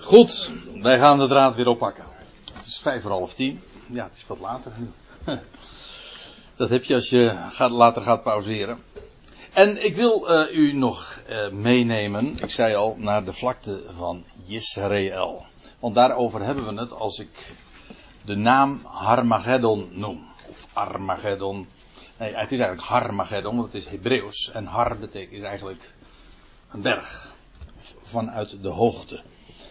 Goed, wij gaan de draad weer oppakken. Het is 9:55. Ja, het is wat later nu. Dat heb je als je later gaat pauzeren. En ik wil u nog meenemen, ik zei al, naar de vlakte van Jezreel. Want daarover hebben we het als ik de naam Harmageddon noem. Of Armageddon. Nee, het is eigenlijk Harmageddon, want het is Hebreeuws. En Har betekent eigenlijk een berg. Vanuit de hoogte.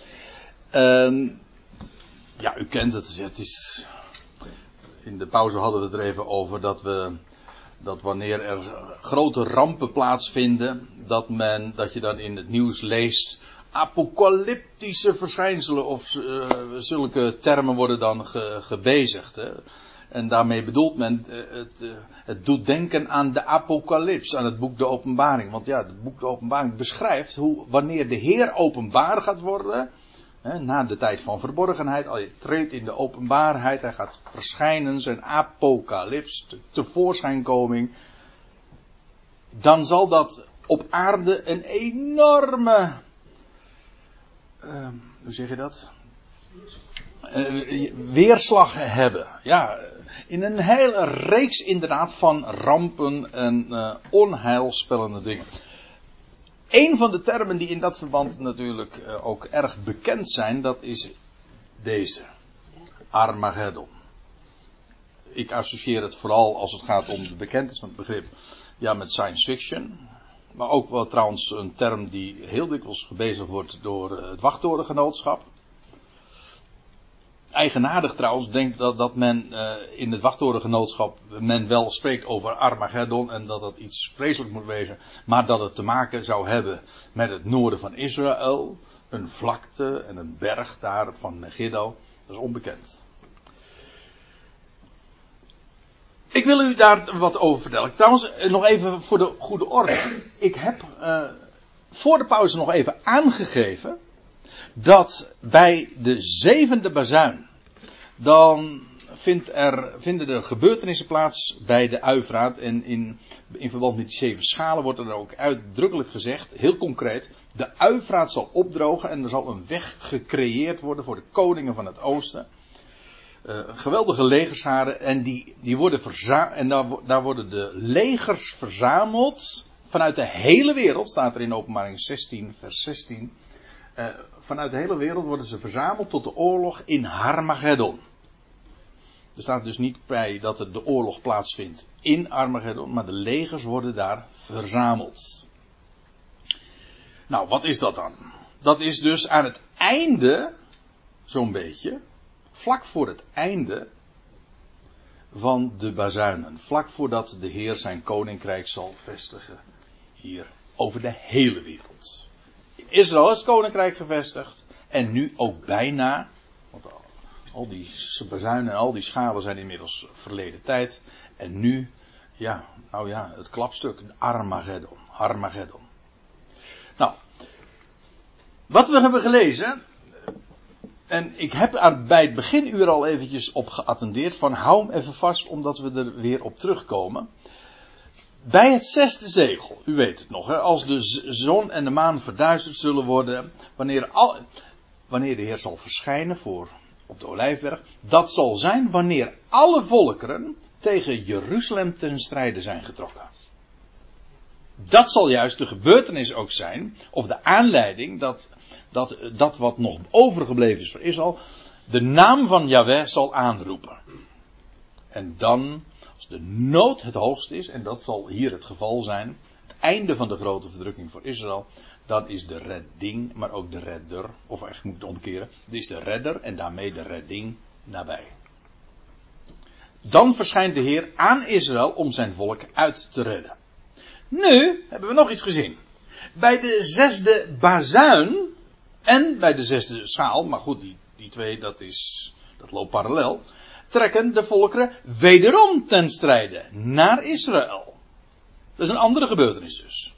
Ja, u kent het. Het is. In de pauze hadden we het er even over dat wanneer er grote rampen plaatsvinden, dat je dan in het nieuws leest apocalyptische verschijnselen of zulke termen worden dan gebezigd. Hè. En daarmee bedoelt men, het doet denken aan de apocalyps, aan het boek De Openbaring. Want ja, het boek De Openbaring beschrijft wanneer de Heer openbaar gaat worden, hè, na de tijd van verborgenheid, al je treedt in de openbaarheid, hij gaat verschijnen, zijn apocalyps, tevoorschijnkoming. Dan zal dat op aarde een enorme, hoe zeg je dat? Weerslag hebben. Ja, in een hele reeks inderdaad van rampen en onheilspellende dingen. Een van de termen die in dat verband natuurlijk ook erg bekend zijn, dat is deze. Armageddon. Ik associeer het vooral als het gaat om de bekendheid van het begrip, ja, met science fiction. Maar ook wel trouwens een term die heel dikwijls gebezigd wordt door het Wachttorengenootschap. Eigenaardig trouwens, denk dat men in het Wachttorengenootschap men wel spreekt over Armageddon en dat dat iets vreselijk moet wezen, maar dat het te maken zou hebben met het noorden van Israël, een vlakte en een berg daar van Megiddo, dat is onbekend. Ik wil u daar wat over vertellen. Trouwens, nog even voor de goede orde. Ik heb voor de pauze nog even aangegeven dat bij de 7e bazuin, dan vinden er gebeurtenissen plaats bij de Uifraat. En in verband met die 7 schalen wordt er ook uitdrukkelijk gezegd, heel concreet, de Uifraat zal opdrogen en er zal een weg gecreëerd worden voor de koningen van het oosten. Geweldige legerscharen en die worden daar worden de legers verzameld vanuit de hele wereld, staat er in Openbaring 16 vers 16. Vanuit de hele wereld worden ze verzameld tot de oorlog in Harmageddon. Er staat dus niet bij dat de oorlog plaatsvindt in Armageddon, maar de legers worden daar verzameld. Nou, wat is dat dan? Dat is dus aan het einde, zo'n beetje, vlak voor het einde van de bazuinen. Vlak voordat de Heer zijn koninkrijk zal vestigen hier over de hele wereld. In Israël is het koninkrijk gevestigd. En nu ook bijna. Want al die bazuinen en al die schalen zijn inmiddels verleden tijd. En nu, ja, nou ja, het klapstuk. Armageddon. Nou, wat we hebben gelezen. En ik heb bij het beginuur al eventjes op geattendeerd. Van hou hem even vast, omdat we er weer op terugkomen. Bij het 6e zegel, u weet het nog, hè, als de zon en de maan verduisterd zullen worden, wanneer de Heer zal verschijnen op de Olijfberg, dat zal zijn wanneer alle volkeren tegen Jeruzalem ten strijde zijn getrokken. Dat zal juist de gebeurtenis ook zijn, of de aanleiding, dat wat nog overgebleven is voor Israël, de naam van Yahweh zal aanroepen. En dan, als de nood het hoogst is, en dat zal hier het geval zijn, het einde van de grote verdrukking voor Israël, dan is de redding, maar ook de redder, of echt moet ik het omkeren, dan is de redder en daarmee de redding nabij. Dan verschijnt de Heer aan Israël om zijn volk uit te redden. Nu hebben we nog iets gezien. Bij de 6e bazuin en bij de 6e schaal, maar goed, die twee, dat loopt parallel, trekken de volkeren wederom ten strijde naar Israël. Dat is een andere gebeurtenis dus.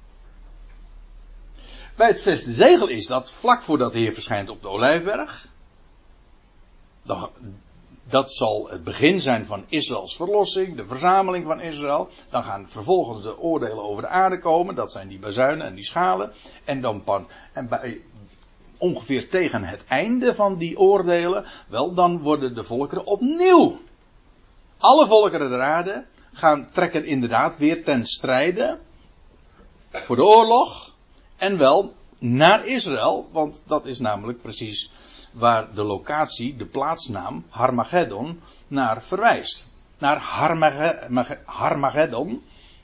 Bij het 6e zegel is dat vlak voordat de Heer verschijnt op de Olijfberg. Dat zal het begin zijn van Israëls verlossing, de verzameling van Israël. Dan gaan vervolgens de oordelen over de aarde komen. Dat zijn die bazuinen en die schalen. En ongeveer tegen het einde van die oordelen, wel, dan worden de volkeren opnieuw. Alle volkeren der aarde trekken inderdaad weer ten strijde voor de oorlog. En wel naar Israël, want dat is namelijk precies waar de locatie, de plaatsnaam Harmageddon naar verwijst. Naar Harmageddon.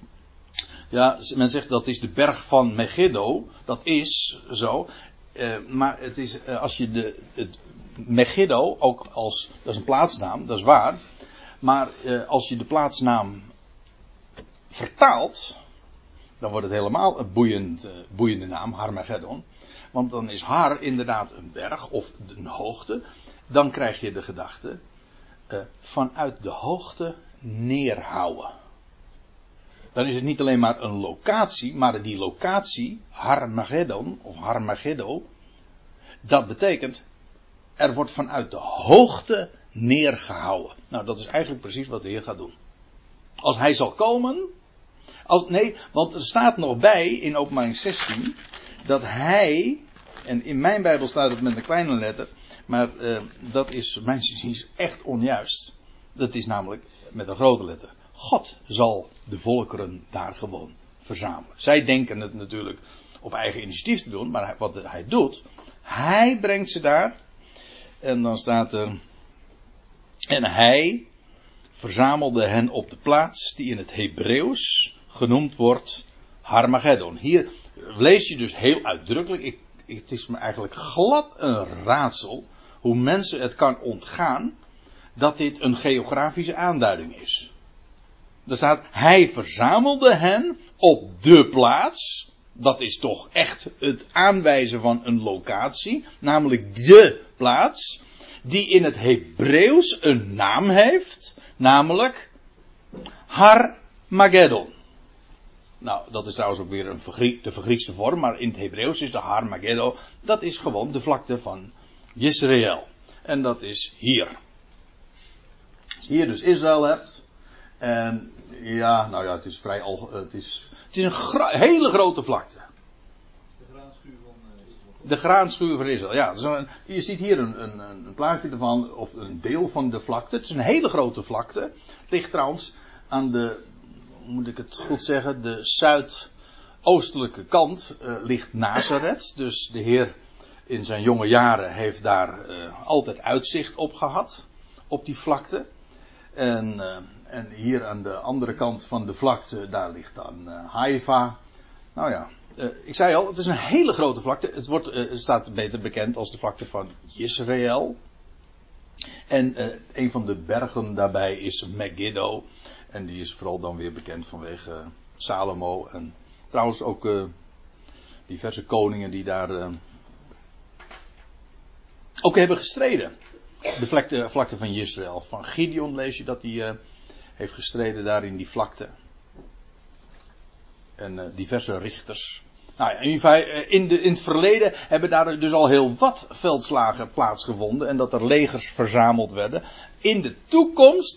Ja, men zegt dat is de berg van Megiddo. Dat is zo. Maar het is, als je het Megiddo, ook als, dat is een plaatsnaam, dat is waar. Maar als je de plaatsnaam vertaalt, dan wordt het helemaal een boeiende naam, Harmageddon. Want dan is Har inderdaad een berg of een hoogte. Dan krijg je de gedachte vanuit de hoogte neerhouden. Dan is het niet alleen maar een locatie, maar die locatie, Harmageddon of Harmageddo, dat betekent, er wordt vanuit de hoogte neergehouden. Nou, dat is eigenlijk precies wat de Heer gaat doen. Als hij zal komen, want er staat nog bij in Openbaring 16, dat hij, en in mijn Bijbel staat het met een kleine letter, maar dat is mijn inziens echt onjuist. Dat is namelijk met een grote letter. God zal de volkeren daar gewoon verzamelen. Zij denken het natuurlijk op eigen initiatief te doen, maar wat hij doet, hij brengt ze daar. En dan staat er, en hij verzamelde hen op de plaats die in het Hebreeuws genoemd wordt Harmageddon. Hier lees je dus heel uitdrukkelijk, het is me eigenlijk glad een raadsel hoe mensen het kan ontgaan dat dit een geografische aanduiding is. Er staat, hij verzamelde hen op de plaats. Dat is toch echt het aanwijzen van een locatie. Namelijk de plaats. Die in het Hebreeuws een naam heeft. Namelijk Harmageddon. Nou, dat is trouwens ook weer de vergriekste vorm. Maar in het Hebreeuws is de Harmageddon. Dat is gewoon de vlakte van Israël. En dat is hier. Als je hier dus Israël hebt. En ja, nou ja, het is vrij het is een hele grote vlakte. De graanschuur van Israël. De graanschuur van Israël, ja. Je ziet hier een plaatje ervan, of een deel van de vlakte. Het is een hele grote vlakte. Het ligt trouwens aan de, hoe moet ik het goed zeggen, de zuidoostelijke kant ligt Nazareth. Dus de Heer in zijn jonge jaren heeft daar altijd uitzicht op gehad, op die vlakte. En hier aan de andere kant van de vlakte, daar ligt dan Haifa. Nou ja, ik zei al, het is een hele grote vlakte. Het staat beter bekend als de vlakte van Israël. En een van de bergen daarbij is Megiddo. En die is vooral dan weer bekend vanwege Salomo. En trouwens ook diverse koningen die daar ook hebben gestreden. De vlakte van Israël. Van Gideon lees je dat hij heeft gestreden daar in die vlakte. En diverse richters. Nou ja, in het verleden hebben daar dus al heel wat veldslagen plaatsgevonden. En dat er legers verzameld werden. In de toekomst,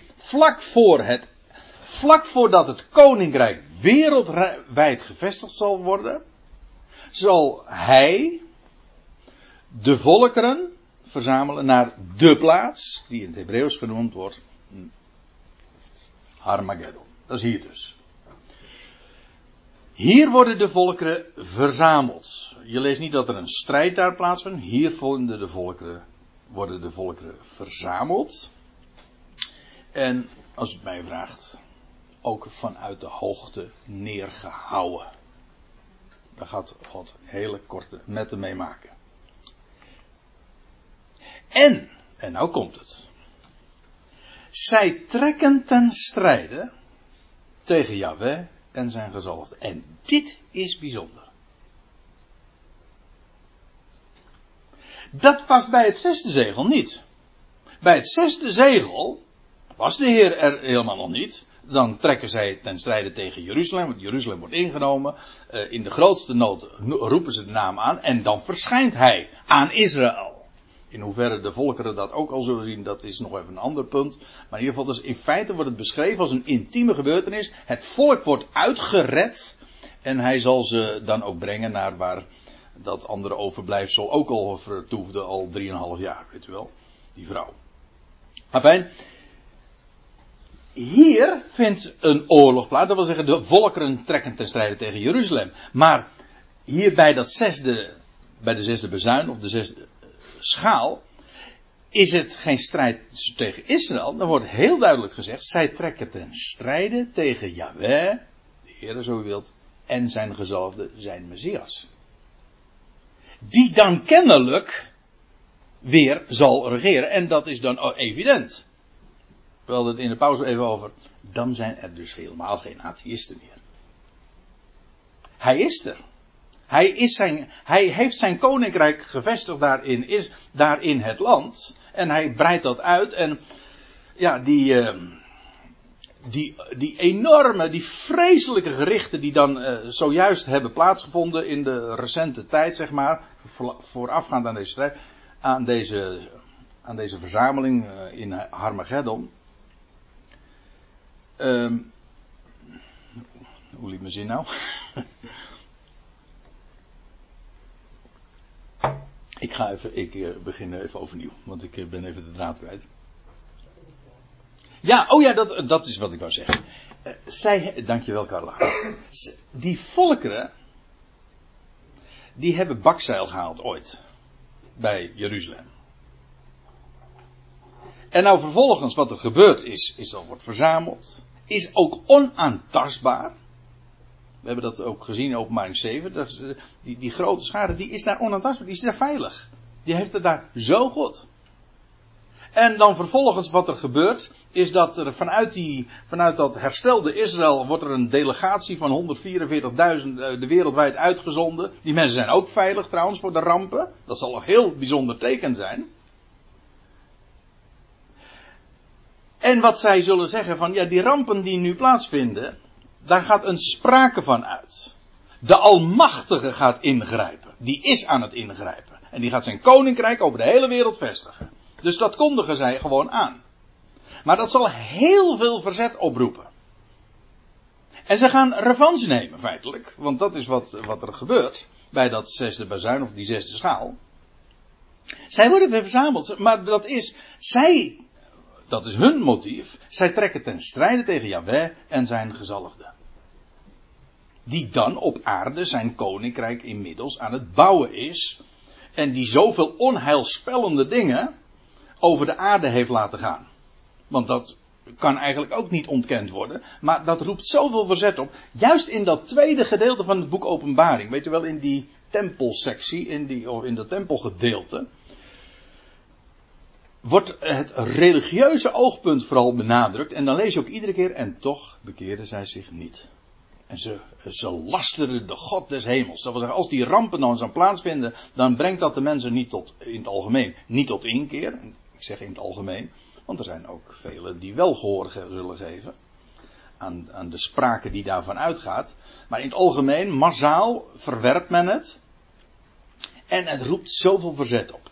vlak voordat het koninkrijk wereldwijd gevestigd zal worden, zal hij de volkeren verzamelen naar de plaats, die in het Hebreeuws genoemd wordt Harmageddon. Dat is hier dus. Hier worden de volkeren verzameld. Je leest niet dat er een strijd daar plaatsvindt. Hier worden de volkeren verzameld. En als u het mij vraagt, ook vanuit de hoogte neergehouden. Daar gaat God hele korte metten mee maken. En nou komt het. Zij trekken ten strijde tegen Yahweh en zijn gezalfde. En dit is bijzonder. Dat was bij het 6e zegel niet. Bij het 6e zegel was de Heer er helemaal nog niet. Dan trekken zij ten strijde tegen Jeruzalem, want Jeruzalem wordt ingenomen. In de grootste nood roepen ze de naam aan en dan verschijnt hij aan Israël. In hoeverre de volkeren dat ook al zullen zien, dat is nog even een ander punt. Maar in ieder geval, dus in feite wordt het beschreven als een intieme gebeurtenis. Het volk wordt uitgered. En hij zal ze dan ook brengen naar waar dat andere overblijfsel ook al vertoefde al 3,5 jaar, weet u wel. Die vrouw. Afijn. Hier vindt een oorlog plaats. Dat wil zeggen, de volkeren trekken ten strijde tegen Jeruzalem. Maar hier bij de zesde bezuin of de zesde schaal is het geen strijd tegen Israël. Dan wordt heel duidelijk gezegd, zij trekken ten strijde tegen Yahweh, de Heere zo u wilt, en zijn gezalfde, zijn Messias. Die dan kennelijk weer zal regeren. En dat is dan evident. We hadden het in de pauze even over. Dan zijn er dus helemaal geen atheïsten meer. Hij is er. Hij heeft zijn koninkrijk gevestigd daar in het land. En hij breidt dat uit. En ja, die enorme, die vreselijke gerichten die dan zojuist hebben plaatsgevonden in de recente tijd, zeg maar, voorafgaand aan deze strijd, aan deze verzameling in Harmageddon. Hoe liep mijn zin nou? Ik begin even overnieuw, want ik ben even de draad kwijt. Ja, oh ja, dat is wat ik wou zeggen. Dankjewel Carla. Die volkeren, die hebben bakzeil gehaald ooit. Bij Jeruzalem. En nou vervolgens wat er gebeurd is dat wordt verzameld. Is ook onaantastbaar. We hebben dat ook gezien in Openbaring 7. Die grote schade, die is daar onaantastbaar. Die is daar veilig. Die heeft het daar zo goed. En dan vervolgens wat er gebeurt, is dat er vanuit dat herstelde Israël wordt er een delegatie van 144.000 de wereldwijd uitgezonden. Die mensen zijn ook veilig trouwens voor de rampen. Dat zal een heel bijzonder teken zijn. En wat zij zullen zeggen van, ja, die rampen die nu plaatsvinden, daar gaat een sprake van uit. De Almachtige gaat ingrijpen. Die is aan het ingrijpen. En die gaat zijn koninkrijk over de hele wereld vestigen. Dus dat kondigen zij gewoon aan. Maar dat zal heel veel verzet oproepen. En ze gaan revanche nemen feitelijk. Want dat is wat er gebeurt bij dat zesde bazuin of die zesde schaal. Zij worden weer verzameld. Maar dat is hun motief. Zij trekken ten strijde tegen Yahweh en zijn gezalfde. Die dan op aarde zijn koninkrijk inmiddels aan het bouwen is. En die zoveel onheilspellende dingen over de aarde heeft laten gaan. Want dat kan eigenlijk ook niet ontkend worden. Maar dat roept zoveel verzet op. Juist in dat tweede gedeelte van het boek Openbaring. Weet je wel, in die tempelsectie, in dat tempelgedeelte. Wordt het religieuze oogpunt vooral benadrukt. En dan lees je ook iedere keer, en toch bekeerden zij zich niet. En ze lasterden de God des hemels. Dat wil zeggen, als die rampen dan zouden plaatsvinden, dan brengt dat de mensen in het algemeen niet tot inkeer. Ik zeg in het algemeen, want er zijn ook velen die wel gehoor zullen geven aan de sprake die daarvan uitgaat. Maar in het algemeen, massaal, verwerpt men het. En het roept zoveel verzet op.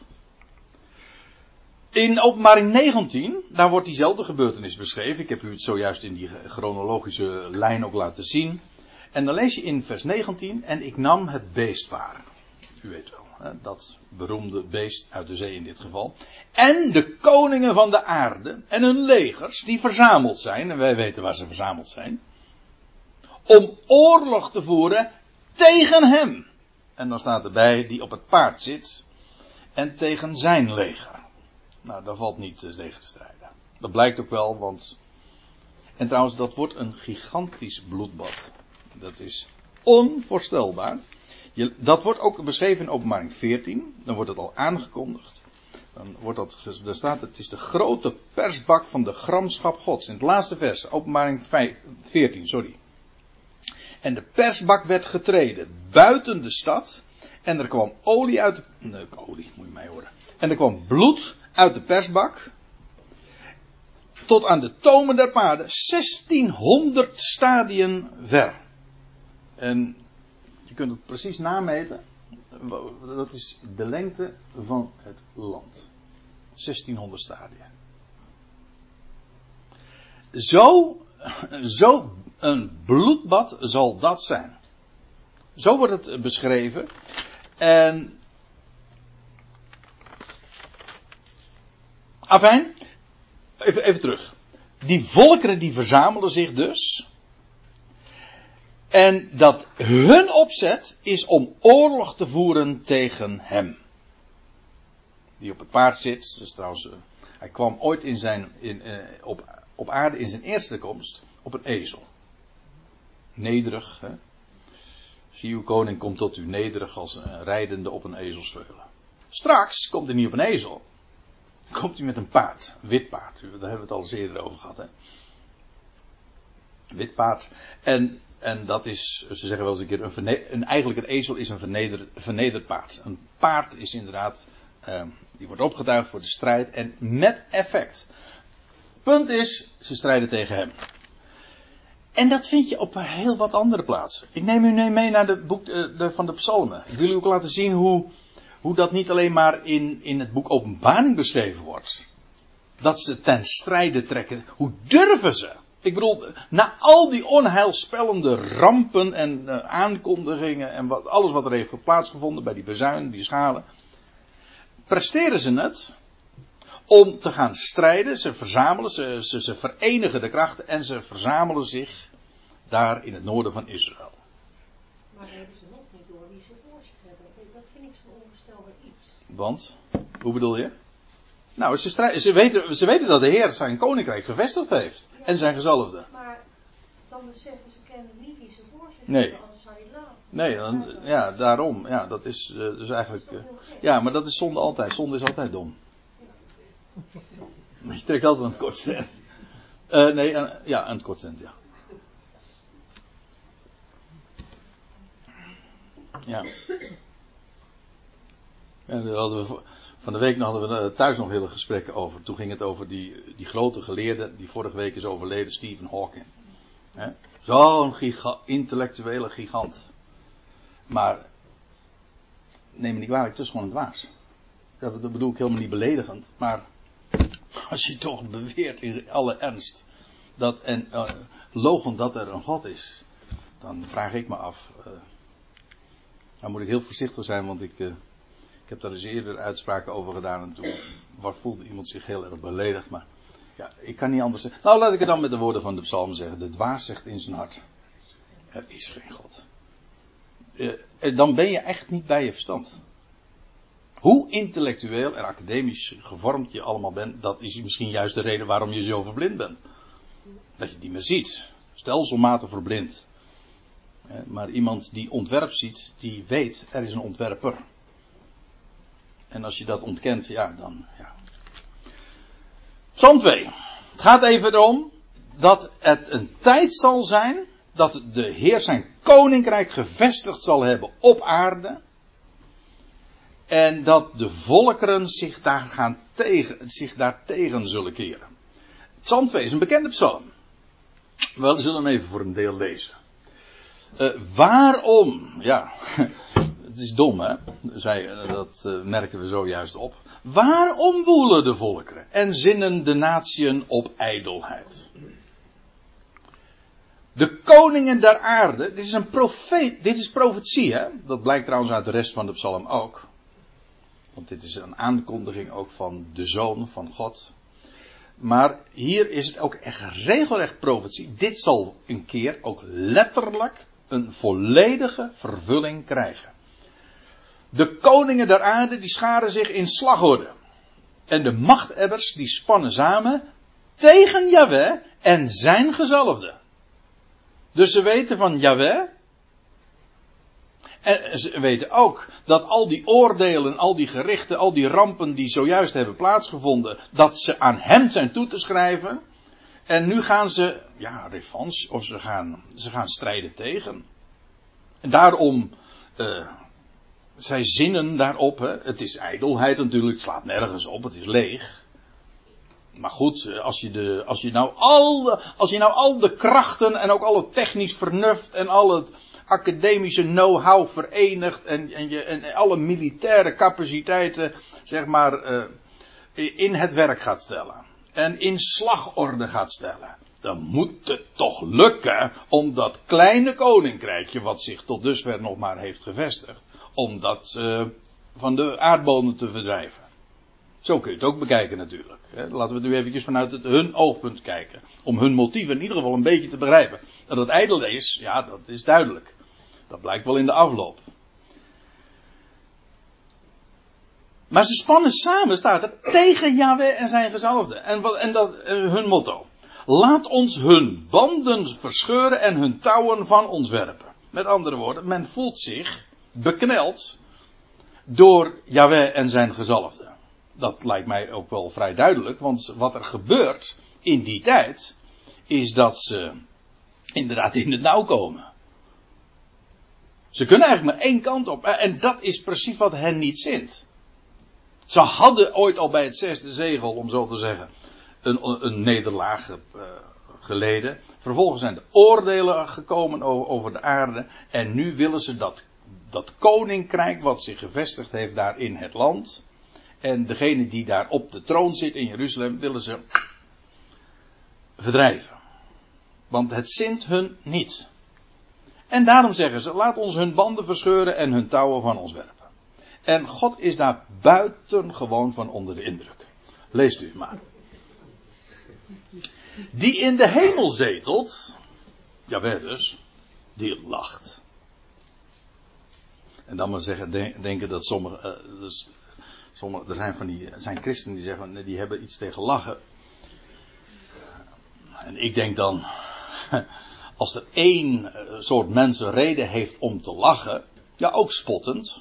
In Openbaring 19, daar wordt diezelfde gebeurtenis beschreven. Ik heb u het zojuist in die chronologische lijn ook laten zien. En dan lees je in vers 19, en ik nam het beest waar. U weet wel, hè, dat beroemde beest uit de zee in dit geval. En de koningen van de aarde en hun legers die verzameld zijn, en wij weten waar ze verzameld zijn, om oorlog te voeren tegen hem. En dan staat erbij die op het paard zit en tegen zijn leger. Nou, daar valt niet tegen te strijden. Dat blijkt ook wel, want... En trouwens, dat wordt een gigantisch bloedbad. Dat is onvoorstelbaar. Dat wordt ook beschreven in Openbaring 14. Dan wordt het al aangekondigd. Dan wordt dat, daar staat het is de grote persbak van de gramschap Gods. In het laatste vers, Openbaring 14, sorry. En de persbak werd getreden buiten de stad. En er kwam olie uit de... Nee, olie, moet je mij horen. En er kwam bloed uit de persbak. Tot aan de tomen der paarden. 1600 stadien ver. En je kunt het precies nameten. Dat is de lengte van het land. 1600 stadia. Zo een bloedbad zal dat zijn. Zo wordt het beschreven. En afijn, even terug. Die volkeren die verzamelen zich dus. En dat hun opzet is om oorlog te voeren tegen hem. Die op het paard zit. Dus trouwens, hij kwam ooit op aarde in zijn eerste komst op een ezel. Nederig. Hè? Zie uw koning komt tot u nederig als een rijdende op een ezelsveulen. Straks komt hij niet op een ezel. Komt hij met een paard. Een wit paard. Daar hebben we het al eens eerder over gehad. Hè? Wit paard. En dat is, ze zeggen wel eens een keer, eigenlijk een ezel is een vernederd paard. Een paard is inderdaad, die wordt opgetuigd voor de strijd en met effect. Punt is, ze strijden tegen hem. En dat vind je op heel wat andere plaatsen. Ik neem u nu mee naar het boek van de Psalmen. Ik wil u ook laten zien hoe dat niet alleen maar in het boek Openbaring beschreven wordt. Dat ze ten strijde trekken. Hoe durven ze? Ik bedoel, na al die onheilspellende rampen en aankondigingen en alles wat er heeft plaatsgevonden bij die bezuinen, die schalen, presteren ze het om te gaan strijden. Ze verzamelen, ze verenigen de krachten en ze verzamelen zich daar in het noorden van Israël. Maar hebben ze nog niet door wie ze voor zich hebben. Dat vind ik zo'n onvoorstelbaar iets. Want, hoe bedoel je? Nou, ze weten dat de Heer zijn koninkrijk gevestigd heeft. Ja, en zijn gezalfde. Maar dan beseffen ze kennelijk niet wie ze voor zich nee. hebben, anders zou je laten. Nee, ja, daarom. Ja, dat is dus eigenlijk. Ja, maar dat is zonde altijd. Zonde is altijd dom. Je trekt altijd aan het kortste eind. Aan het kortste eind, ja. Ja. En daar hadden we van de week hadden we thuis nog hele gesprekken over. Toen ging het over die grote geleerde die vorige week is overleden, Stephen Hawking. Zo'n intellectuele gigant. Maar neem me niet kwalijk, het is gewoon een dwaas. Dat bedoel ik helemaal niet beledigend. Maar als je toch beweert in alle ernst loochent dat er een God is, dan vraag ik me af. Dan moet ik heel voorzichtig zijn, want ik heb daar eens eerder uitspraken over gedaan en toen voelde iemand zich heel erg beledigd. Maar ja, ik kan niet anders zeggen. Nou, laat ik het dan met de woorden van de psalm zeggen. De dwaas zegt in zijn hart: er is geen God. Dan ben je echt niet bij je verstand. Hoe intellectueel en academisch gevormd je allemaal bent, dat is misschien juist de reden waarom je zo verblind bent. Dat je het niet meer ziet. Stelselmatig verblind. Maar iemand die ontwerp ziet, die weet, er is een ontwerper. En als je dat ontkent, ja, dan, ja. Psalm 2. Het gaat even erom dat het een tijd zal zijn dat de Heer zijn koninkrijk gevestigd zal hebben op aarde. En dat de volkeren zich daar tegen zullen keren. Psalm 2 is een bekende psalm. We zullen hem even voor een deel lezen. Waarom? Ja, het is dom hè. Dat merkten we zojuist op. Waarom woelen de volkeren en zinnen de natieën op ijdelheid? De koningen der aarde, dit is profetie hè. Dat blijkt trouwens uit de rest van de psalm ook. Want dit is een aankondiging ook van de Zoon van God. Maar hier is het ook echt regelrecht profetie. Dit zal een keer ook letterlijk een volledige vervulling krijgen. De koningen der aarde die scharen zich in slagorde. En de machthebbers die spannen samen tegen Jahweh en zijn gezalfde. Dus ze weten van Jahweh. En ze weten ook dat al die oordelen, al die gerichten, al die rampen die zojuist hebben plaatsgevonden, dat ze aan hem zijn toe te schrijven. En nu gaan ze, ja, revanche, of ze gaan strijden tegen. En daarom, zij zinnen daarop, hè. Het is ijdelheid natuurlijk, het slaat nergens op, het is leeg. Maar goed, als je nou al de krachten en ook al het technisch vernuft en al het academische know-how verenigt en alle militaire capaciteiten, zeg maar, in het werk gaat stellen. En in slagorde gaat stellen. Dan moet het toch lukken om dat kleine koninkrijkje, wat zich tot dusver nog maar heeft gevestigd, om dat van de aardbodem te verdrijven. Zo kun je het ook bekijken natuurlijk. Laten we nu eventjes vanuit hun oogpunt kijken. Om hun motieven in ieder geval een beetje te begrijpen. Dat het ijdel is, ja, dat is duidelijk. Dat blijkt wel in de afloop. Maar ze spannen samen, staat er, tegen Yahweh en zijn gezalfden. En dat hun motto. Laat ons hun banden verscheuren en hun touwen van ons werpen. Met andere woorden, men voelt zich bekneld door Yahweh en zijn gezalfden. Dat lijkt mij ook wel vrij duidelijk, want wat er gebeurt in die tijd, is dat ze inderdaad in het nauw komen. Ze kunnen eigenlijk maar één kant op, en dat is precies wat hen niet zint. Ze hadden ooit al bij het zesde zegel, om zo te zeggen, een nederlaag geleden. Vervolgens zijn de oordelen gekomen over de aarde, en nu willen ze dat koninkrijk wat zich gevestigd heeft daar in het land, en degene die daar op de troon zit in Jeruzalem, willen ze verdrijven. Want het zint hun niet. En daarom zeggen ze, laat ons hun banden verscheuren en hun touwen van ons werpen. En God is daar buitengewoon van onder de indruk. Leest u maar. Die in de hemel zetelt, Jawel dus, die lacht. En dan maar zeggen, denken dat sommige, er zijn christenen die zeggen, die hebben iets tegen lachen. En ik denk dan, als er één soort mensen reden heeft om te lachen, ja ook spottend,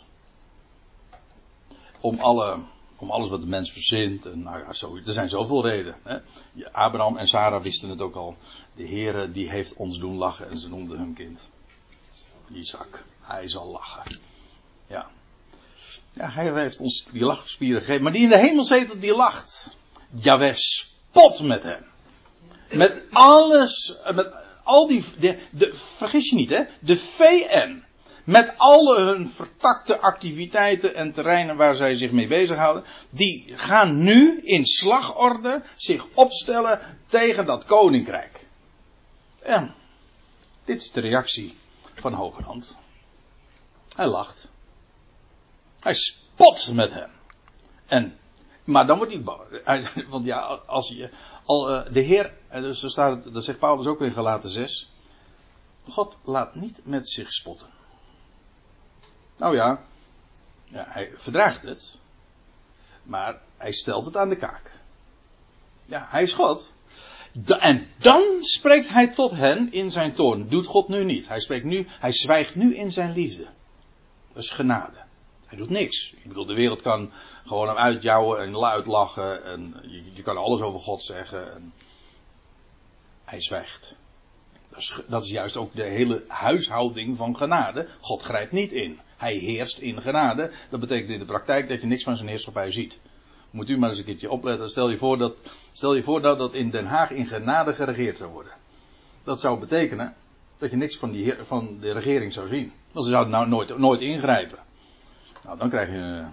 om alles wat de mens verzint, en nou ja, er zijn zoveel redenen. Hè. Abraham en Sarah wisten het ook al, de Heere die heeft ons doen lachen en ze noemden hun kind Isaac. Hij zal lachen. Ja. Ja, hij heeft ons die lachspieren gegeven. Maar die in de hemel zetelt, die lacht. Jaweh spot met hem. Met alles, met al die, vergis je niet hè, de VN. Met alle hun vertakte activiteiten en terreinen waar zij zich mee bezighouden. Die gaan nu in slagorde zich opstellen tegen dat koninkrijk. En dit is de reactie van Hogerhand. Hij lacht. Hij spot met hen. Maar dan wordt hij boos. Want ja, als je de Heer, dus zo staat het, dat zegt Paulus ook in Galaten 6. God laat niet met zich spotten. Nou ja, hij verdraagt het. Maar hij stelt het aan de kaak. Ja, hij is God. En dan spreekt hij tot hen in zijn toorn. Doet God nu niet. Hij zwijgt nu in zijn liefde. Dat is genade. Hij doet niks. Ik bedoel, de wereld kan gewoon hem uitjouwen en luid lachen. En je kan alles over God zeggen. En hij zwijgt. Dat is juist ook de hele huishouding van genade. God grijpt niet in. Hij heerst in genade. Dat betekent in de praktijk dat je niks van zijn heerschappij ziet. Moet u maar eens een keertje opletten. Stel je voor dat in Den Haag in genade geregeerd zou worden. Dat zou betekenen dat je niks van de regering zou zien. Want ze zouden nou nooit ingrijpen. Nou, dan krijg je...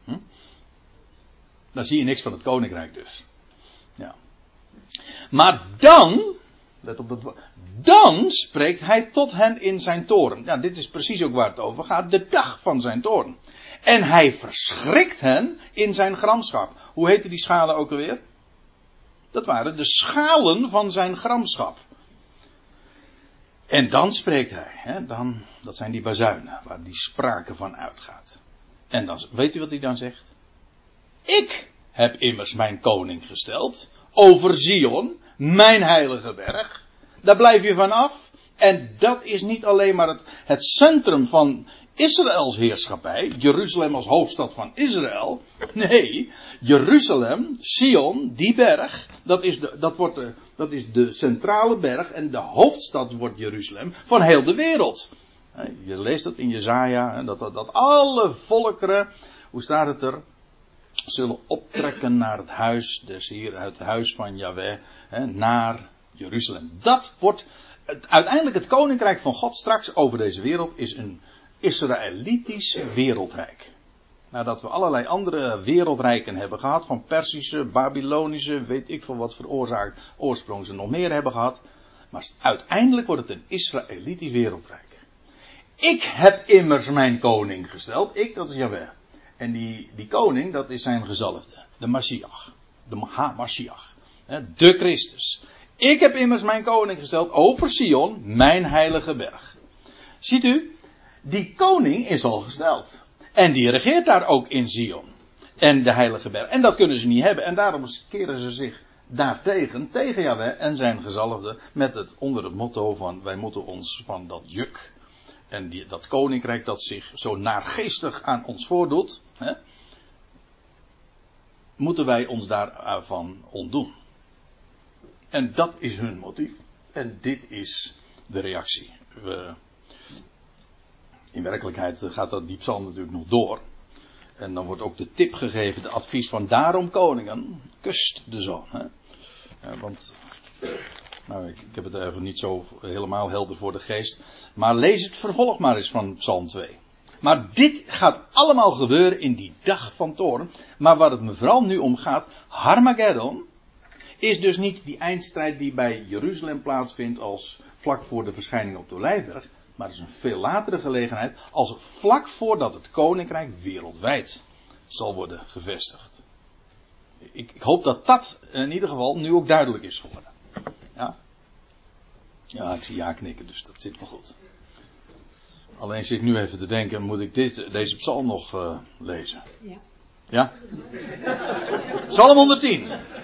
Dan zie je niks van het koninkrijk dus. Ja. Maar dan... Let op het woord. Dan spreekt hij tot hen in zijn toorn. Ja, dit is precies ook waar het over gaat. De dag van zijn toorn. En hij verschrikt hen in zijn gramschap. Hoe heten die schalen ook alweer? Dat waren de schalen van zijn gramschap. En dan spreekt hij. Hè, dat zijn die bazuinen waar die sprake van uitgaat. En dan, weet u wat hij dan zegt? Ik heb immers mijn koning gesteld over Zion, mijn heilige berg. Daar blijf je van af. En dat is niet alleen maar het centrum van Israëls heerschappij. Jeruzalem als hoofdstad van Israël. Nee, Jeruzalem, Sion, die berg. Dat is de centrale berg. En de hoofdstad wordt Jeruzalem van heel de wereld. Je leest dat in Jesaja. Dat alle volkeren, hoe staat het er? Zullen optrekken naar het huis des Heeren, het huis van Yahweh, naar Jeruzalem. Dat wordt uiteindelijk het koninkrijk van God straks over deze wereld is een Israëlitisch wereldrijk. Nadat we allerlei andere wereldrijken hebben gehad, van Persische, Babylonische, weet ik veel wat voor oorsprong ze nog meer hebben gehad. Maar uiteindelijk wordt het een Israëlitisch wereldrijk. Ik heb immers mijn koning gesteld. Ik, dat is Jahweh. En die koning, dat is zijn gezalfde. De Mashiach. De Mashiach. De Christus. Ik heb immers mijn koning gesteld over Sion, mijn heilige berg. Ziet u, die koning is al gesteld. En die regeert daar ook in Sion. En de heilige berg. En dat kunnen ze niet hebben. En daarom keren ze zich daartegen, tegen Jahweh en zijn gezalfde, onder het motto van, wij moeten ons van dat juk en dat koninkrijk dat zich zo naargeestig aan ons voordoet, moeten wij ons daarvan ontdoen. En dat is hun motief. En dit is de reactie. In werkelijkheid gaat die psalm natuurlijk nog door. En dan wordt ook de tip gegeven, de advies van daarom koningen, kust de zoon. Want, ik heb het even niet zo helemaal helder voor de geest. Maar lees het vervolg maar eens van psalm 2. Maar dit gaat allemaal gebeuren in die dag van toorn. Maar waar het me vooral nu om gaat, Harmageddon, is dus niet die eindstrijd die bij Jeruzalem plaatsvindt als vlak voor de verschijning op de Olijfberg. Maar het is een veel latere gelegenheid als vlak voordat het koninkrijk wereldwijd zal worden gevestigd. Ik hoop dat dat in ieder geval nu ook duidelijk is geworden. Ja? Ja, ik zie ja knikken, dus dat zit wel goed. Alleen zit ik nu even te denken, moet ik deze psalm nog lezen? Ja. Ja? Psalm 110.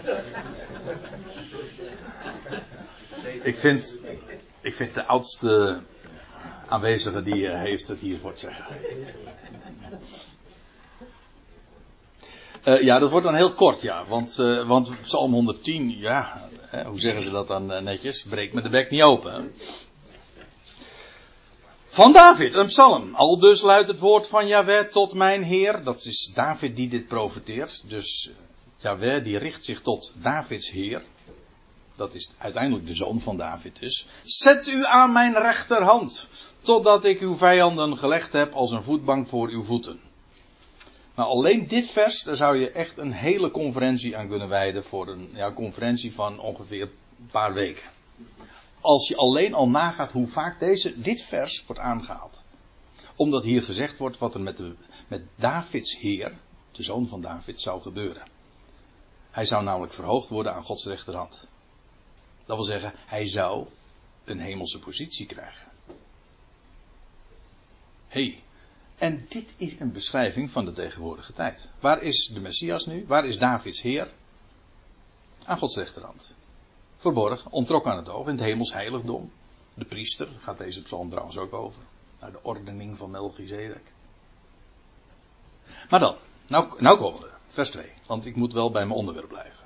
Ik vind de oudste aanwezige die heeft het hier voor te zeggen. Ja, dat wordt dan heel kort, ja. Want Psalm 110, ja, hoe zeggen ze dat dan netjes? Breek me de bek niet open. Hè? Van David, een psalm. Aldus luidt het woord van Jahweh tot mijn Heer. Dat is David die dit profeteert. Dus Jahweh die richt zich tot Davids Heer. Dat is uiteindelijk de zoon van David dus. Zet u aan mijn rechterhand, totdat ik uw vijanden gelegd heb als een voetbank voor uw voeten. Nou, alleen dit vers, daar zou je echt een hele conferentie aan kunnen wijden voor een conferentie van ongeveer een paar weken. Als je alleen al nagaat hoe vaak dit vers wordt aangehaald. Omdat hier gezegd wordt wat er met Davids Heer, de zoon van David, zou gebeuren. Hij zou namelijk verhoogd worden aan Gods rechterhand. Dat wil zeggen, hij zou een hemelse positie krijgen. En dit is een beschrijving van de tegenwoordige tijd. Waar is de Messias nu? Waar is Davids Heer? Aan Gods rechterhand. Verborgen, ontrokken aan het oog, in het hemels heiligdom. De priester, gaat deze psalm trouwens ook over. Naar de ordening van Melchizedek. Maar dan, nou komen we, vers 2. Want ik moet wel bij mijn onderwerp blijven.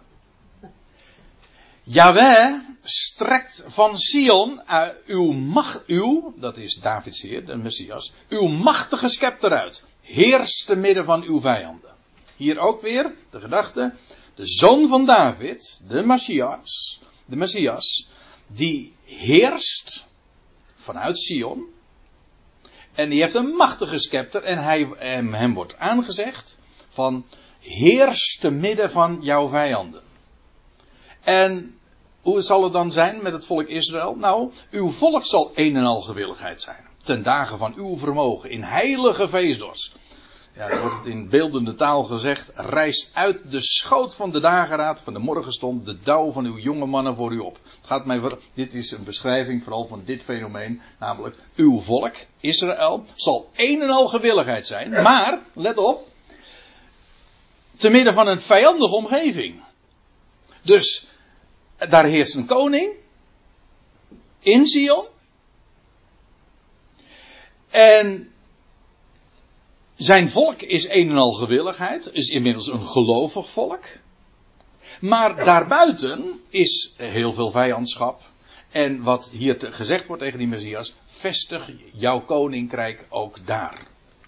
Jahweh strekt van Sion uw, dat is Davids Heer, de Messias, uw machtige scepter uit. Heerst te midden van uw vijanden. Hier ook weer de gedachte, de zoon van David, de Messias, die heerst vanuit Sion. En die heeft een machtige scepter en hem wordt aangezegd van heerst te midden van jouw vijanden. En hoe zal het dan zijn met het volk Israël? Nou, uw volk zal een en al gewilligheid zijn. Ten dagen van uw vermogen, in heilige feestdors. Ja, dan wordt het in beeldende taal gezegd. Rijs uit de schoot van de dageraad, van de morgenstond, de dauw van uw jonge mannen voor u op. Dit is een beschrijving vooral van dit fenomeen. Namelijk, uw volk, Israël, zal een en al gewilligheid zijn. Maar, let op, te midden van een vijandige omgeving. Dus, daar heerst een koning. In Sion. En zijn volk is een en al gewilligheid. Is inmiddels een gelovig volk. Maar daarbuiten is heel veel vijandschap. En wat hier gezegd wordt tegen die Messias. Vestig jouw koninkrijk ook daar.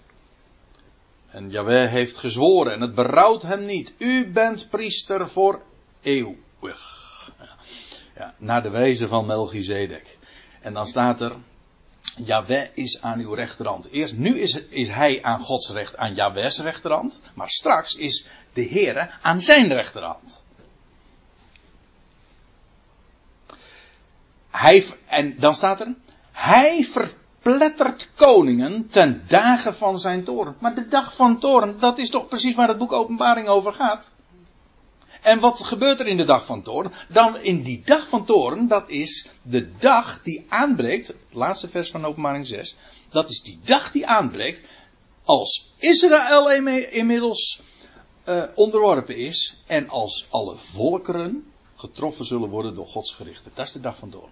En Jahweh heeft gezworen. En het berouwt hem niet. U bent priester voor eeuwig. Ja, naar de wijze van Melchizedek. En dan staat er. Jahweh is aan uw rechterhand. Nu is hij aan Gods aan Jahweh's rechterhand. Maar straks is de Heere aan zijn rechterhand. En dan staat er. Hij verplettert koningen ten dagen van zijn toorn. Maar de dag van toorn, dat is toch precies waar het boek Openbaring over gaat. En wat gebeurt er in de dag van toorn? Dan in die dag van toorn, dat is de dag die aanbreekt, het laatste vers van Openbaring 6, dat is die dag die aanbreekt als Israël inmiddels onderworpen is en als alle volkeren getroffen zullen worden door Gods gerichten. Dat is de dag van toorn.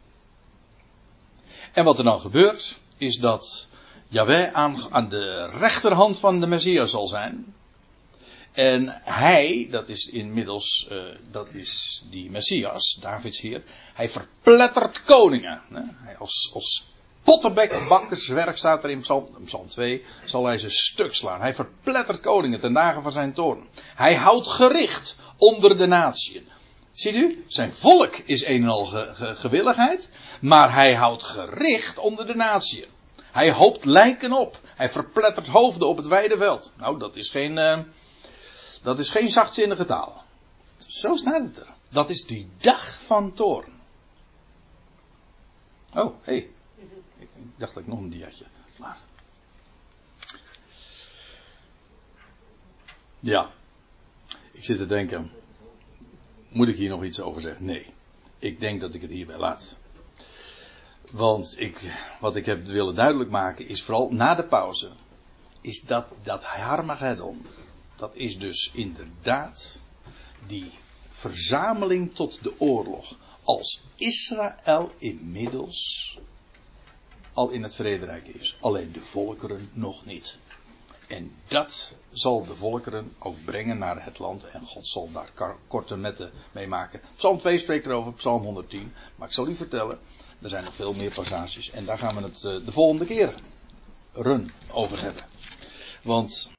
En wat er dan gebeurt, is dat Jahweh aan de rechterhand van de Messias zal zijn. En hij, dat is inmiddels, dat is die Messias, Davids Heer, hij verplettert koningen. Hij als pottenbakkerswerk staat er in Psalm 2, zal hij ze stuk slaan. Hij verplettert koningen ten dagen van zijn toorn. Hij houdt gericht onder de natieën. Ziet u, zijn volk is een en al gewilligheid, maar hij houdt gericht onder de natieën. Hij hoopt lijken op. Hij verplettert hoofden op het wijde veld. Nou, dat is geen zachtzinnige taal. Zo staat het er. Dat is die dag van toorn. Oh, hé. Hey. Ik dacht dat ik nog een diaatje. Maar. Ja. Ik zit te denken. Moet ik hier nog iets over zeggen? Nee. Ik denk dat ik het hierbij laat. Want wat ik heb willen duidelijk maken is vooral na de pauze. Is dat Harmageddon. Dat is dus inderdaad die verzameling tot de oorlog. Als Israël inmiddels al in het vrederijk is. Alleen de volkeren nog niet. En dat zal de volkeren ook brengen naar het land. En God zal daar korte metten mee maken. Psalm 2 spreekt erover, Psalm 110. Maar ik zal u vertellen, er zijn nog veel meer passages. En daar gaan we het de volgende keer over hebben. Want